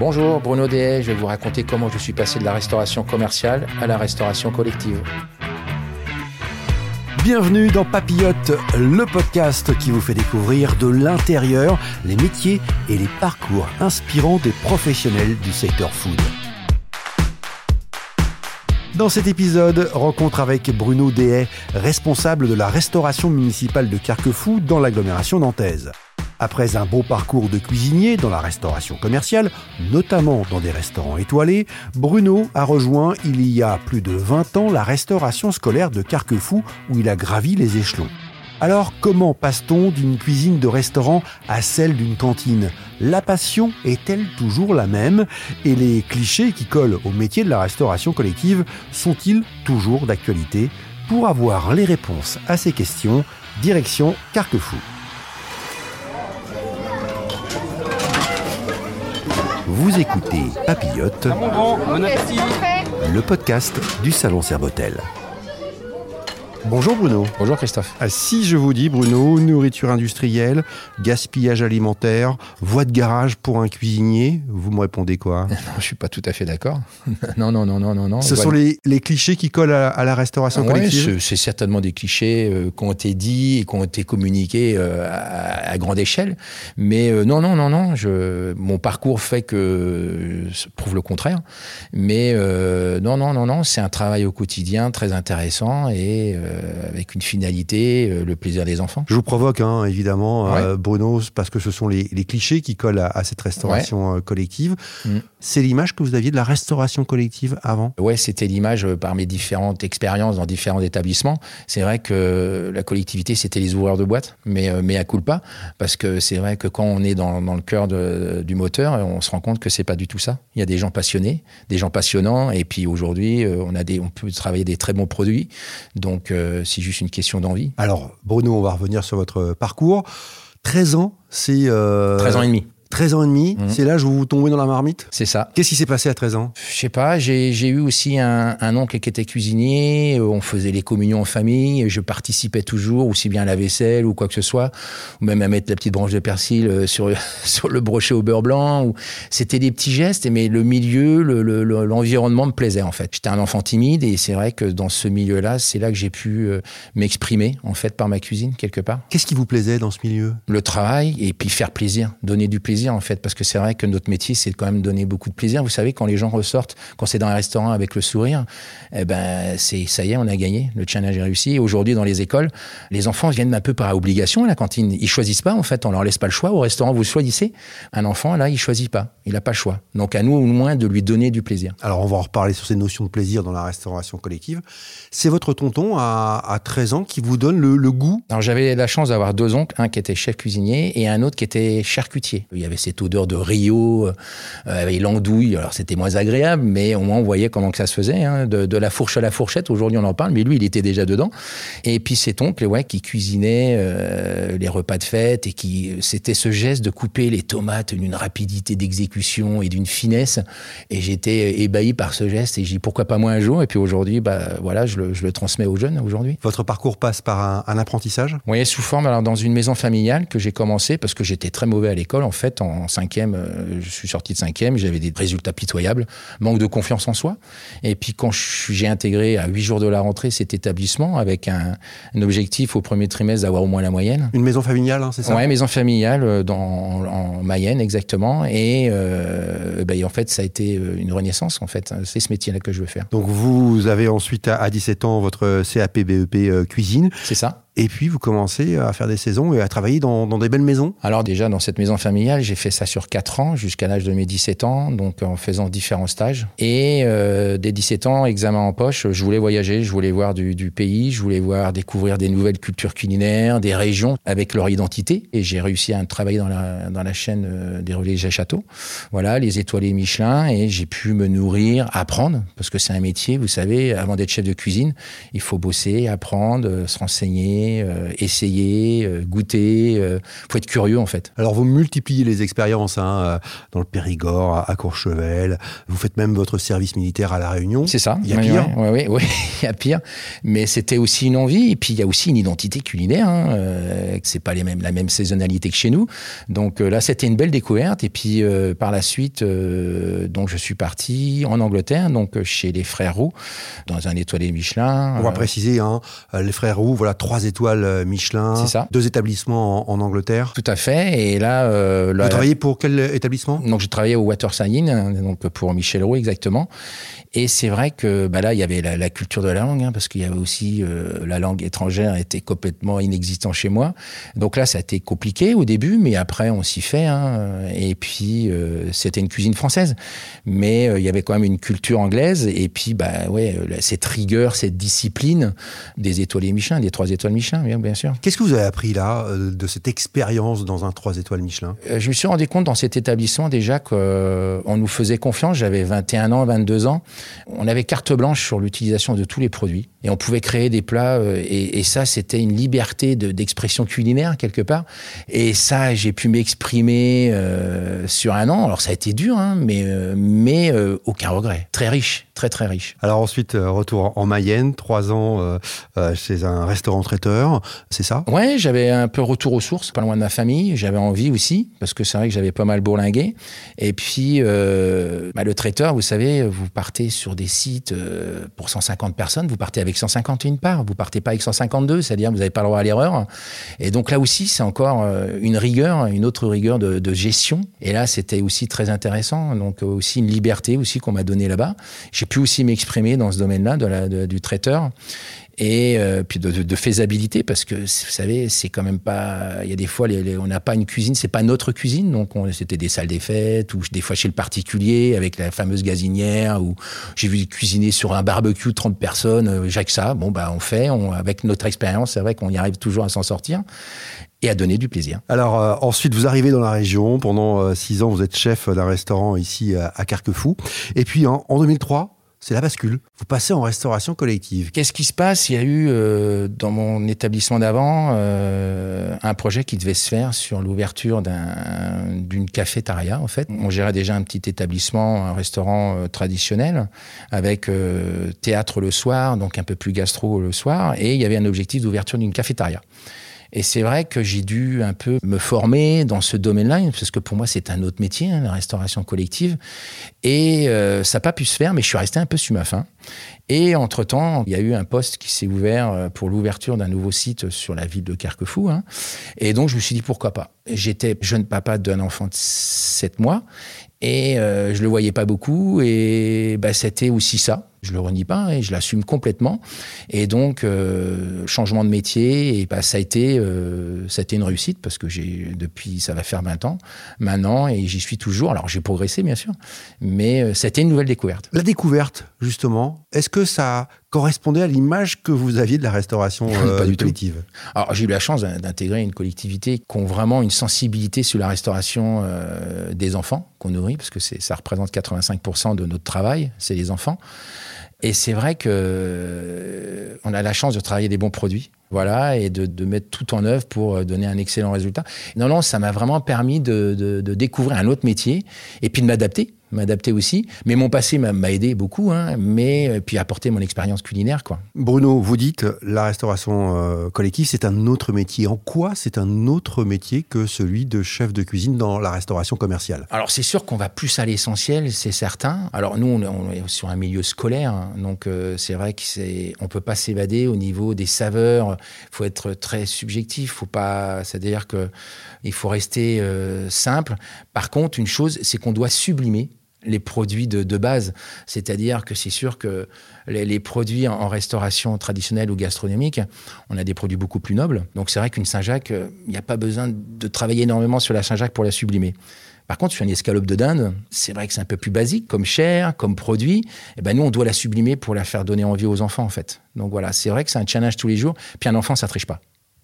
Bonjour, Bruno Dehaye, je vais vous raconter comment je suis passé de la restauration commerciale à la restauration collective. Bienvenue dans Papillote, le podcast qui vous fait découvrir de l'intérieur les métiers et les parcours inspirants des professionnels du secteur food. Dans cet épisode, rencontre avec Bruno Dehaye, responsable de la restauration municipale de Carquefou dans l'agglomération nantaise. Après un beau parcours de cuisinier dans la restauration commerciale, notamment dans des restaurants étoilés, Bruno a rejoint il y a plus de 20 ans la restauration scolaire de Carquefou où il a gravi les échelons. Alors comment passe-t-on d'une cuisine de restaurant à celle d'une cantine ? La passion est-elle toujours la même ? Et les clichés qui collent au métier de la restauration collective sont-ils toujours d'actualité ? Pour avoir les réponses à ces questions, direction Carquefou. Vous écoutez Papillote, le podcast du Salon Serbotel. Bonjour Bruno. Bonjour Christophe. Si je vous dis Bruno, nourriture industrielle, gaspillage alimentaire, voie de garage pour un cuisinier, vous me répondez quoi ? Non, je suis pas tout à fait d'accord. Non. Ce sont les clichés qui collent à la restauration collective ? C'est certainement des clichés qui ont été dits et qui ont été communiqués à grande échelle. Mais non. Mon parcours fait que prouve le contraire. Mais non. C'est un travail au quotidien très intéressant et avec une finalité, le plaisir des enfants. Je vous provoque, évidemment, Bruno, parce que ce sont les clichés qui collent à cette restauration collective. C'est l'image que vous aviez de la restauration collective avant ? Ouais, c'était l'image par mes différentes expériences dans différents établissements. C'est vrai que la collectivité, c'était les ouvreurs de boîtes, mais à culpa, parce que c'est vrai que quand on est dans le cœur du moteur, on se rend compte que c'est pas du tout ça. Il y a des gens passionnés, des gens passionnants, et puis aujourd'hui, on peut travailler des très bons produits. Donc, c'est juste une question d'envie. Alors, Bruno, on va revenir sur votre parcours. 13 ans, c'est... 13 ans et demi. 13 ans et demi, c'est l'âge où vous tombez dans la marmite ? C'est ça. Qu'est-ce qui s'est passé à 13 ans ? Je sais pas, j'ai eu aussi un oncle qui était cuisinier, on faisait les communions en famille, je participais toujours, aussi bien à la vaisselle ou quoi que ce soit, ou même à mettre la petite branche de persil sur le brochet au beurre blanc. C'était des petits gestes, mais le milieu, l'environnement me plaisait en fait. J'étais un enfant timide et c'est vrai que dans ce milieu-là, c'est là que j'ai pu m'exprimer en fait par ma cuisine quelque part. Qu'est-ce qui vous plaisait dans ce milieu ? Le travail et puis faire plaisir, donner du plaisir en fait, parce que c'est vrai que notre métier, c'est quand même donner beaucoup de plaisir. Vous savez, quand les gens ressortent, quand c'est dans un restaurant avec le sourire, ça y est, on a gagné, le challenge est réussi. Et aujourd'hui, dans les écoles, les enfants viennent un peu par obligation à la cantine. Ils choisissent pas, en fait, on leur laisse pas le choix. Au restaurant, vous choisissez. Un enfant, là, il choisit pas. Il a pas le choix. Donc, à nous, au moins, de lui donner du plaisir. Alors, on va en reparler sur ces notions de plaisir dans la restauration collective. C'est votre tonton, à 13 ans, qui vous donne le goût ? Alors, j'avais la chance d'avoir deux oncles, un qui était chef cuisinier et un autre qui était charcutier. Il y avait cette odeur de Rio, avec l'andouille. Alors, c'était moins agréable, mais au moins, on voyait comment que ça se faisait, de la fourche à la fourchette. Aujourd'hui, on en parle, mais lui, il était déjà dedans. Et puis, cet oncle, qui cuisinait les repas de fête et c'était ce geste de couper les tomates d'une rapidité d'exécution et d'une finesse. Et j'étais ébahi par ce geste et j'ai dit, pourquoi pas moi un jour ? Et puis aujourd'hui, je le transmets aux jeunes aujourd'hui. Votre parcours passe par un apprentissage ? Oui, sous forme, alors dans une maison familiale que j'ai commencé parce que j'étais très mauvais à l'école. En fait, en cinquième, je suis sorti de cinquième, j'avais des résultats pitoyables, manque de confiance en soi. Et puis quand j'ai intégré à 8 jours de la rentrée cet établissement avec un objectif au premier trimestre d'avoir au moins la moyenne. Une maison familiale, c'est ça ? Oui, maison familiale en Mayenne, exactement. Et en fait, ça a été une renaissance, en fait. C'est ce métier-là que je veux faire. Donc vous avez ensuite, à 17 ans, votre CAP BEP cuisine. C'est ça. Et puis, vous commencez à faire des saisons et à travailler dans des belles maisons. Alors déjà, dans cette maison familiale, j'ai fait ça sur 4 ans, jusqu'à l'âge de mes 17 ans, donc en faisant différents stages. Et dès 17 ans, examen en poche, je voulais voyager, je voulais voir du pays, je voulais découvrir des nouvelles cultures culinaires, des régions avec leur identité. Et j'ai réussi à travailler dans la chaîne des relais Château. Voilà, les étoilés Michelin, et j'ai pu me nourrir, apprendre, parce que c'est un métier, vous savez, avant d'être chef de cuisine, il faut bosser, apprendre, se renseigner, cuisiner, essayer, goûter. Faut être curieux en fait. Alors vous multipliez les expériences dans le Périgord, à Courchevel. Vous faites même votre service militaire à La Réunion. C'est ça. Il y a pire. Oui, il y a pire. Mais c'était aussi une envie. Et puis il y a aussi une identité culinaire. C'est pas la même saisonnalité que chez nous. Donc là, c'était une belle découverte. Et puis par la suite, donc je suis parti en Angleterre, donc chez les Frères Roux, dans un étoilé Michelin. On va préciser, les Frères Roux, voilà, 3 étoiles Michelin. C'est ça. 2 établissements en Angleterre. Tout à fait. Et là, vous travaillez pour quel établissement ? Donc, j'ai travaillé au Waterside, donc pour Michel Roux exactement. Et c'est vrai que là, il y avait la culture de la langue, parce qu'il y avait aussi la langue étrangère était complètement inexistante chez moi. Donc là, ça a été compliqué au début, mais après, on s'y fait. Et puis, c'était une cuisine française, mais il y avait quand même une culture anglaise. Et puis, cette rigueur, cette discipline des étoilés Michelin, des 3 étoiles Michelin, bien sûr. Qu'est-ce que vous avez appris là de cette expérience dans un 3 étoiles Michelin ? Je me suis rendu compte dans cet établissement déjà qu'on nous faisait confiance. J'avais 21 ans, 22 ans. On avait carte blanche sur l'utilisation de tous les produits et on pouvait créer des plats et ça, c'était une liberté d'expression culinaire quelque part. Et ça, j'ai pu m'exprimer sur un an. Alors ça a été dur, mais aucun regret. Très riche, très très riche. Alors ensuite, retour en Mayenne, 3 ans chez un restaurant traiteur, c'est ça ? Ouais, j'avais un peu retour aux sources, pas loin de ma famille. J'avais envie aussi, parce que c'est vrai que j'avais pas mal bourlingué. Et puis, le traiteur, vous savez, vous partez sur des sites pour 150 personnes, vous partez avec 151 parts, vous partez pas avec 152, c'est-à-dire que vous n'avez pas le droit à l'erreur. Et donc là aussi, c'est encore une rigueur, une autre rigueur de gestion. Et là, c'était aussi très intéressant. Donc aussi une liberté aussi qu'on m'a donnée là-bas. J'ai pu aussi m'exprimer dans ce domaine-là du traiteur. Et puis de faisabilité, parce que vous savez, c'est quand même pas. Il y a des fois, on n'a pas une cuisine, c'est pas notre cuisine, donc c'était des salles des fêtes ou des fois chez le particulier avec la fameuse gazinière. Où j'ai vu cuisiner sur un barbecue de 30 personnes. J'ai que ça. On fait. Avec notre expérience, c'est vrai qu'on y arrive toujours à s'en sortir et à donner du plaisir. Alors ensuite, vous arrivez dans la région. Pendant 6 ans, vous êtes chef d'un restaurant ici à Carquefou. Et puis en 2003. C'est la bascule. Vous passez en restauration collective. Qu'est-ce qui se passe ? Il y a eu, dans mon établissement d'avant, un projet qui devait se faire sur l'ouverture d'une cafétéria, en fait. On gérait déjà un petit établissement, un restaurant traditionnel, avec théâtre le soir, donc un peu plus gastro le soir, et il y avait un objectif d'ouverture d'une cafétéria. Et c'est vrai que j'ai dû un peu me former dans ce domaine-là, parce que pour moi, c'est un autre métier, la restauration collective. Et ça n'a pas pu se faire, mais je suis resté un peu sur ma faim. Et entre-temps, il y a eu un poste qui s'est ouvert pour l'ouverture d'un nouveau site sur la ville de Carquefou. Et donc, je me suis dit, pourquoi pas ? J'étais jeune papa d'un enfant de 7 mois. Et je le voyais pas beaucoup. Et c'était aussi ça. Je le renie pas et je l'assume complètement. Et donc, changement de métier, et ça a été une réussite parce que depuis, ça va faire 20 ans maintenant et j'y suis toujours. Alors, j'ai progressé, bien sûr, mais c'était une nouvelle découverte. La découverte, justement, est-ce que ça correspondait à l'image que vous aviez de la restauration pas du collective ? Tout. Alors, j'ai eu la chance d'intégrer une collectivité qui ont vraiment une sensibilité sur la restauration des enfants qu'on nourrit, parce que ça représente 85% de notre travail, c'est les enfants. Et c'est vrai que on a la chance de travailler des bons produits, voilà, et de mettre tout en œuvre pour donner un excellent résultat. Non, ça m'a vraiment permis de découvrir un autre métier et puis de m'adapter aussi. Mais mon passé m'a aidé beaucoup, mais puis apporter mon expérience culinaire, quoi. Bruno, vous dites la restauration collective, c'est un autre métier. En quoi c'est un autre métier que celui de chef de cuisine dans la restauration commerciale ? Alors c'est sûr qu'on va plus à l'essentiel, c'est certain. Alors nous, on est sur un milieu scolaire, donc c'est vrai qu'on peut pas s'évader au niveau des saveurs. Il faut être très subjectif, c'est-à-dire que il faut rester simple. Par contre, une chose, c'est qu'on doit sublimer les produits de base. C'est-à-dire que c'est sûr que les produits en restauration traditionnelle ou gastronomique, on a des produits beaucoup plus nobles. Donc c'est vrai qu'une Saint-Jacques, il n'y a pas besoin de travailler énormément sur la Saint-Jacques pour la sublimer. Par contre, sur une escalope de dinde, c'est vrai que c'est un peu plus basique, comme chair, comme produit. Et nous, on doit la sublimer pour la faire donner envie aux enfants, en fait. Donc voilà, c'est vrai que c'est un challenge tous les jours. Puis un enfant, ça triche pas.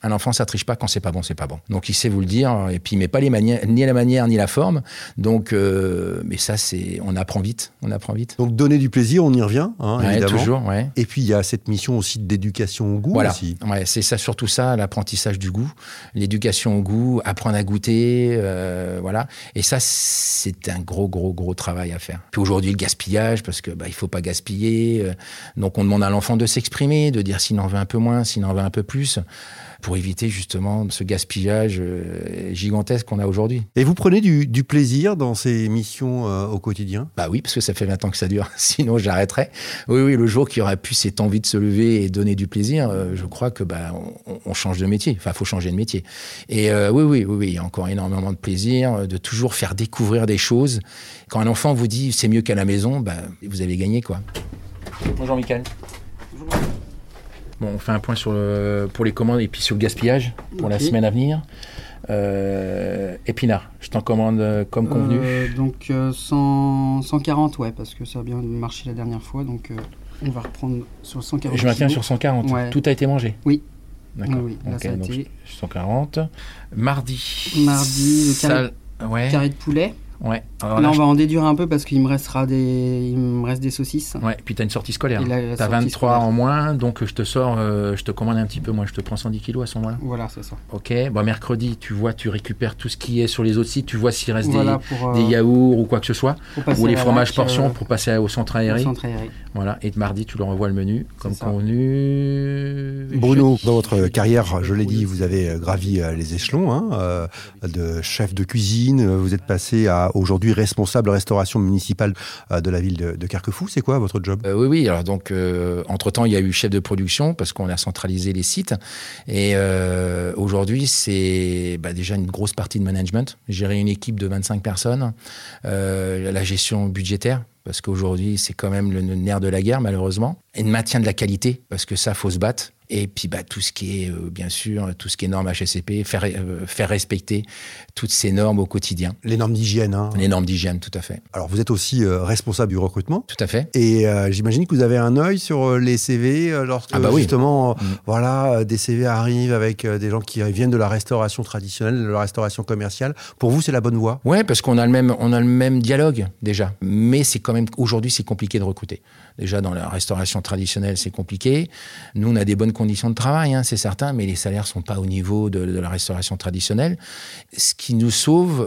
Un enfant, ça triche pas. Quand c'est pas bon, c'est pas bon. Donc, il sait vous le dire. Et puis, il met pas ni la manière, ni la forme. Donc, mais ça, on apprend vite. Donc, donner du plaisir, on y revient, évidemment. Toujours, ouais. Et puis, il y a cette mission aussi d'éducation au goût. Voilà. Aussi. Ouais, c'est ça, surtout ça, l'apprentissage du goût, l'éducation au goût, apprendre à goûter, voilà. Et ça, c'est un gros travail à faire. Puis aujourd'hui, le gaspillage, parce que il faut pas gaspiller. Donc, on demande à l'enfant de s'exprimer, de dire s'il en veut un peu moins, s'il en veut un peu plus, pour éviter justement ce gaspillage gigantesque qu'on a aujourd'hui. Et vous prenez du plaisir dans ces missions au quotidien ? Oui, parce que ça fait 20 ans que ça dure, sinon j'arrêterais. Oui, le jour qu'il y aura plus cette envie de se lever et donner du plaisir, je crois que on change de métier. Enfin, il faut changer de métier. Et oui, il y a encore énormément de plaisir, de toujours faire découvrir des choses. Quand un enfant vous dit c'est mieux qu'à la maison, vous avez gagné, quoi. Bonjour Mickaël. Bonjour. Bon, on fait un point pour les commandes et puis sur le gaspillage pour la semaine à venir. Épinards, je t'en commande comme convenu. Donc 140, ouais, parce que ça a bien marché la dernière fois, donc on va reprendre sur 140. Je maintiens sur 140. Ouais. Tout a été mangé. Oui. D'accord. Oui, là, okay, ça a donc été... 140. Mardi, le carré de poulet. Ouais. Alors là, on va en déduire un peu parce qu'il me reste des saucisses. Ouais, puis t'as une sortie scolaire. T'as 23 scolaire. En moins, donc je te commande un petit peu, moi je te prends 110 kilos à ce moment-là. Voilà, c'est ça. Ok, mercredi, tu récupères tout ce qui est sur les autres sites, tu vois s'il reste des yaourts ou quoi que ce soit, ou les fromages portions pour passer au centre aéré. Voilà, et mardi, tu leur envoies le menu, comme convenu. Bruno, dans votre carrière, je l'ai dit, vous avez gravi les échelons de chef de cuisine, vous êtes passé à aujourd'hui responsable restauration municipale de la ville de Carquefou. C'est quoi votre job ? Oui. Alors donc, entre-temps, il y a eu chef de production parce qu'on a centralisé les sites. Et aujourd'hui, c'est déjà une grosse partie de management. Gérer une équipe de 25 personnes, la gestion budgétaire, parce qu'aujourd'hui, c'est quand même le nerf de la guerre, malheureusement. Et le maintien de la qualité, parce que ça, faut se battre. Et puis tout ce qui est, bien sûr, tout ce qui est normes HACCP, faire respecter toutes ces normes au quotidien. Les normes d'hygiène. Les normes d'hygiène, tout à fait. Alors, vous êtes aussi responsable du recrutement. Tout à fait. Et j'imagine que vous avez un œil sur les CV lorsque, justement, des CV arrivent avec des gens qui viennent de la restauration traditionnelle, de la restauration commerciale. Pour vous, c'est la bonne voie ? Ouais, parce qu'on a le même dialogue, déjà. Mais c'est quand même, aujourd'hui, c'est compliqué de recruter. Déjà, dans la restauration traditionnelle, c'est compliqué. Nous, on a des bonnes conditions de travail, c'est certain, mais les salaires sont pas au niveau de la restauration traditionnelle. Ce qui nous sauve,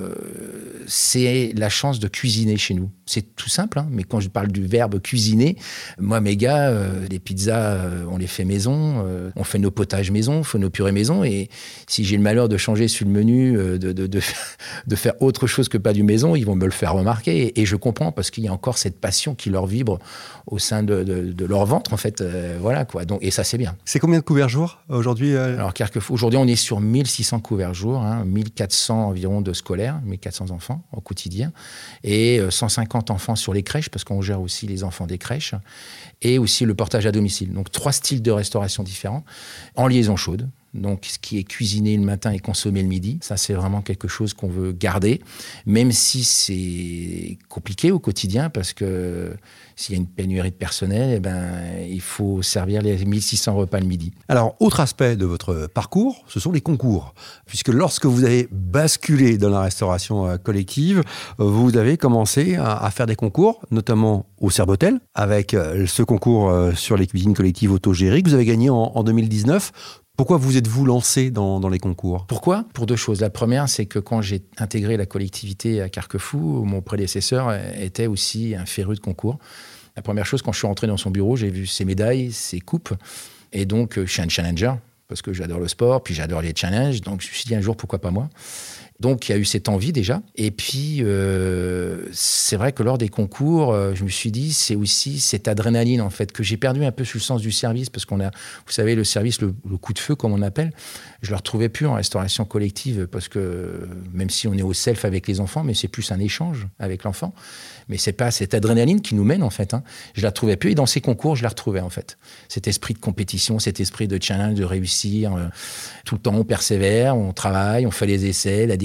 c'est la chance de cuisiner chez nous. C'est tout simple, mais quand je parle du verbe cuisiner, moi, mes gars, les pizzas, on les fait maison, on fait nos potages maison, on fait nos purées maison, et si j'ai le malheur de changer sur le menu, de faire autre chose que pas du maison, ils vont me le faire remarquer, et je comprends, parce qu'il y a encore cette passion qui leur vibre au sein de leur ventre, en fait, voilà, quoi. Donc, et ça, c'est bien. C'est combien de couverts jour aujourd'hui Alors, Carquefou, aujourd'hui, on est sur 1600 couverts jour, 1400 environ de scolaires, 1400 enfants au quotidien, et 150 enfants sur les crèches, parce qu'on gère aussi les enfants des crèches, et aussi le portage à domicile. Donc, 3 styles de restauration différents, en liaison chaude. Donc, ce qui est cuisiné le matin et consommé le midi, ça, c'est vraiment quelque chose qu'on veut garder, même si c'est compliqué au quotidien, parce que s'il y a une pénurie de personnel, il faut servir les 1600 repas le midi. Alors, autre aspect de votre parcours, ce sont les concours. Puisque lorsque vous avez basculé dans la restauration collective, vous avez commencé à faire des concours, notamment au Serbotel, avec ce concours sur les cuisines collectives autogérées que vous avez gagné en 2019. Pourquoi vous êtes-vous lancé dans les concours ? Pourquoi ? Pour 2 choses. La première, c'est que quand j'ai intégré la collectivité à Carquefou, mon prédécesseur était aussi un féru de concours. La première chose, quand je suis rentré dans son bureau, j'ai vu ses médailles, ses coupes. Et donc, je suis un challenger, parce que j'adore le sport, puis j'adore les challenges. Donc, je me suis dit un jour, pourquoi pas moi ? Donc, il y a eu cette envie déjà. Et puis, c'est vrai que lors des concours, je me suis dit, c'est aussi cette adrénaline, en fait, que j'ai perdu un peu sur le sens du service, parce qu'on a, vous savez, le service, le coup de feu, comme on appelle, je ne le retrouvais plus en restauration collective, parce que même si on est au self avec les enfants, mais c'est plus un échange avec l'enfant. Mais c'est pas cette adrénaline qui nous mène, en fait. Je la retrouvais plus. Et dans ces concours, je la retrouvais, en fait. Cet esprit de compétition, cet esprit de challenge, de réussir. Tout le temps, on persévère, on travaille, on fait les essais, la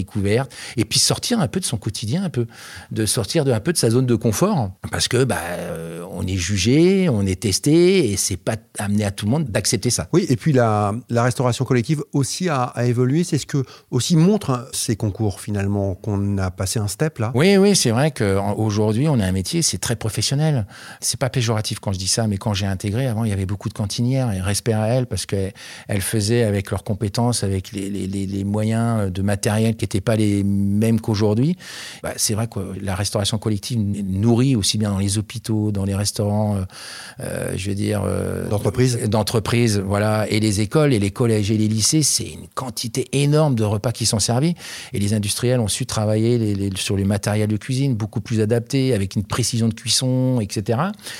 découverte, et puis sortir un peu de son quotidien, de sortir un peu de sa zone de confort, parce que on est jugé, on est testé, et c'est pas amené à tout le monde d'accepter ça. Oui, et puis la restauration collective aussi a évolué. C'est ce que aussi montrent ces concours, finalement, qu'on a passé un step là. Oui, c'est vrai qu'aujourd'hui, on a un métier, c'est très professionnel. C'est pas péjoratif quand je dis ça, mais quand j'ai intégré, avant, il y avait beaucoup de cantinières, et respect à elles, parce qu'elles faisaient avec leurs compétences, avec les moyens de matériel qui n'étaient pas les mêmes qu'aujourd'hui. C'est vrai que la restauration collective nourrit aussi bien dans les hôpitaux, dans les restaurants, d'entreprises, voilà, et les écoles, et les collèges et les lycées, c'est une quantité énorme de repas qui sont servis. Et les industriels ont su travailler sur les matériels de cuisine beaucoup plus adaptés, avec une précision de cuisson, etc.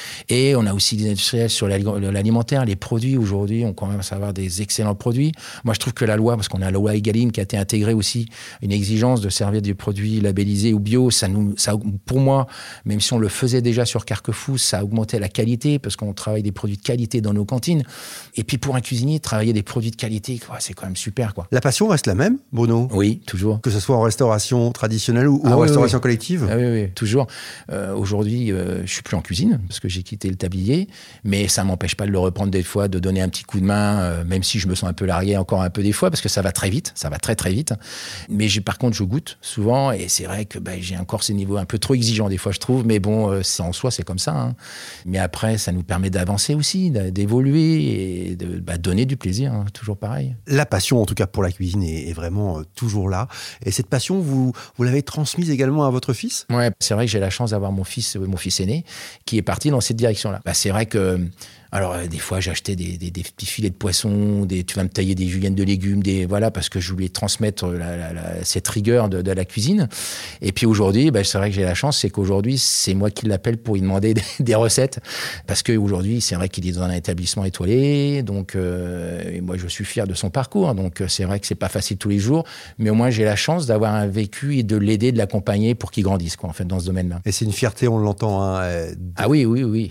Et on a aussi des industriels sur l'alimentaire, les produits. Aujourd'hui, on commence à avoir des excellents produits. Moi, je trouve que la loi, parce qu'on a la loi Egalim qui a été intégrée aussi, une exigence de servir des produits labellisés ou bio, ça, pour moi, même si on le faisait déjà sur Carquefou, ça a augmenté la qualité, parce qu'on travaille des produits de qualité dans nos cantines. Et puis pour un cuisinier, travailler des produits de qualité, c'est quand même super, quoi. La passion reste la même, Bruno ? Oui, toujours. Que ce soit en restauration traditionnelle ou en restauration collective ? Oui, toujours. Aujourd'hui, je suis plus en cuisine, parce que j'ai quitté le tablier, mais ça m'empêche pas de le reprendre des fois, de donner un petit coup de main, même si je me sens un peu largué encore un peu des fois, parce que ça va très vite, ça va très très vite. Mais par contre, je goûte souvent, et c'est vrai que j'ai encore ces niveaux un peu trop exigeants des fois, je trouve, mais bon, en soi, c'est comme ça. Hein. Mais après, ça nous permet d'avancer aussi, d'évoluer et de donner du plaisir, hein, toujours pareil. La passion, en tout cas pour la cuisine, est vraiment toujours là. Et cette passion, vous l'avez transmise également à votre fils ? Ouais, c'est vrai que j'ai la chance d'avoir mon fils aîné, qui est parti dans cette direction-là. C'est vrai que... Alors, des fois, j'achetais des petits filets de poisson, tu vas me tailler des juliennes de légumes, parce que je voulais transmettre cette rigueur de la cuisine. Et puis aujourd'hui, c'est vrai que j'ai la chance, c'est qu'aujourd'hui, c'est moi qui l'appelle pour lui demander des recettes. Parce qu'aujourd'hui, c'est vrai qu'il est dans un établissement étoilé, donc et moi, je suis fier de son parcours. Donc, c'est vrai que c'est pas facile tous les jours, mais au moins, j'ai la chance d'avoir un vécu et de l'aider, de l'accompagner pour qu'il grandisse, en fait, dans ce domaine-là. Et c'est une fierté, on l'entend. Ah oui.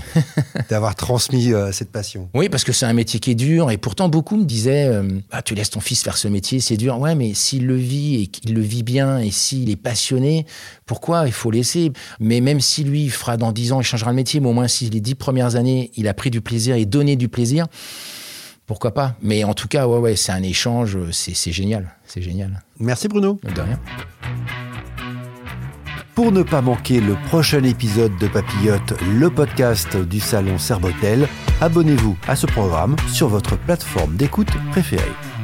D'avoir transmis cette passion. Oui, parce que c'est un métier qui est dur, et pourtant beaucoup me disaient tu laisses ton fils faire ce métier, c'est dur. Ouais, mais s'il le vit et qu'il le vit bien, et s'il est passionné, pourquoi il faut laisser? Mais même si lui il fera dans 10 ans, il changera le métier, mais au moins si les 10 premières années il a pris du plaisir et donné du plaisir, pourquoi pas? Mais en tout cas, ouais, c'est un échange, c'est génial, c'est génial. Merci Bruno. De rien. Pour ne pas manquer le prochain épisode de Papillote, le podcast du Salon Serbotel, abonnez-vous à ce programme sur votre plateforme d'écoute préférée.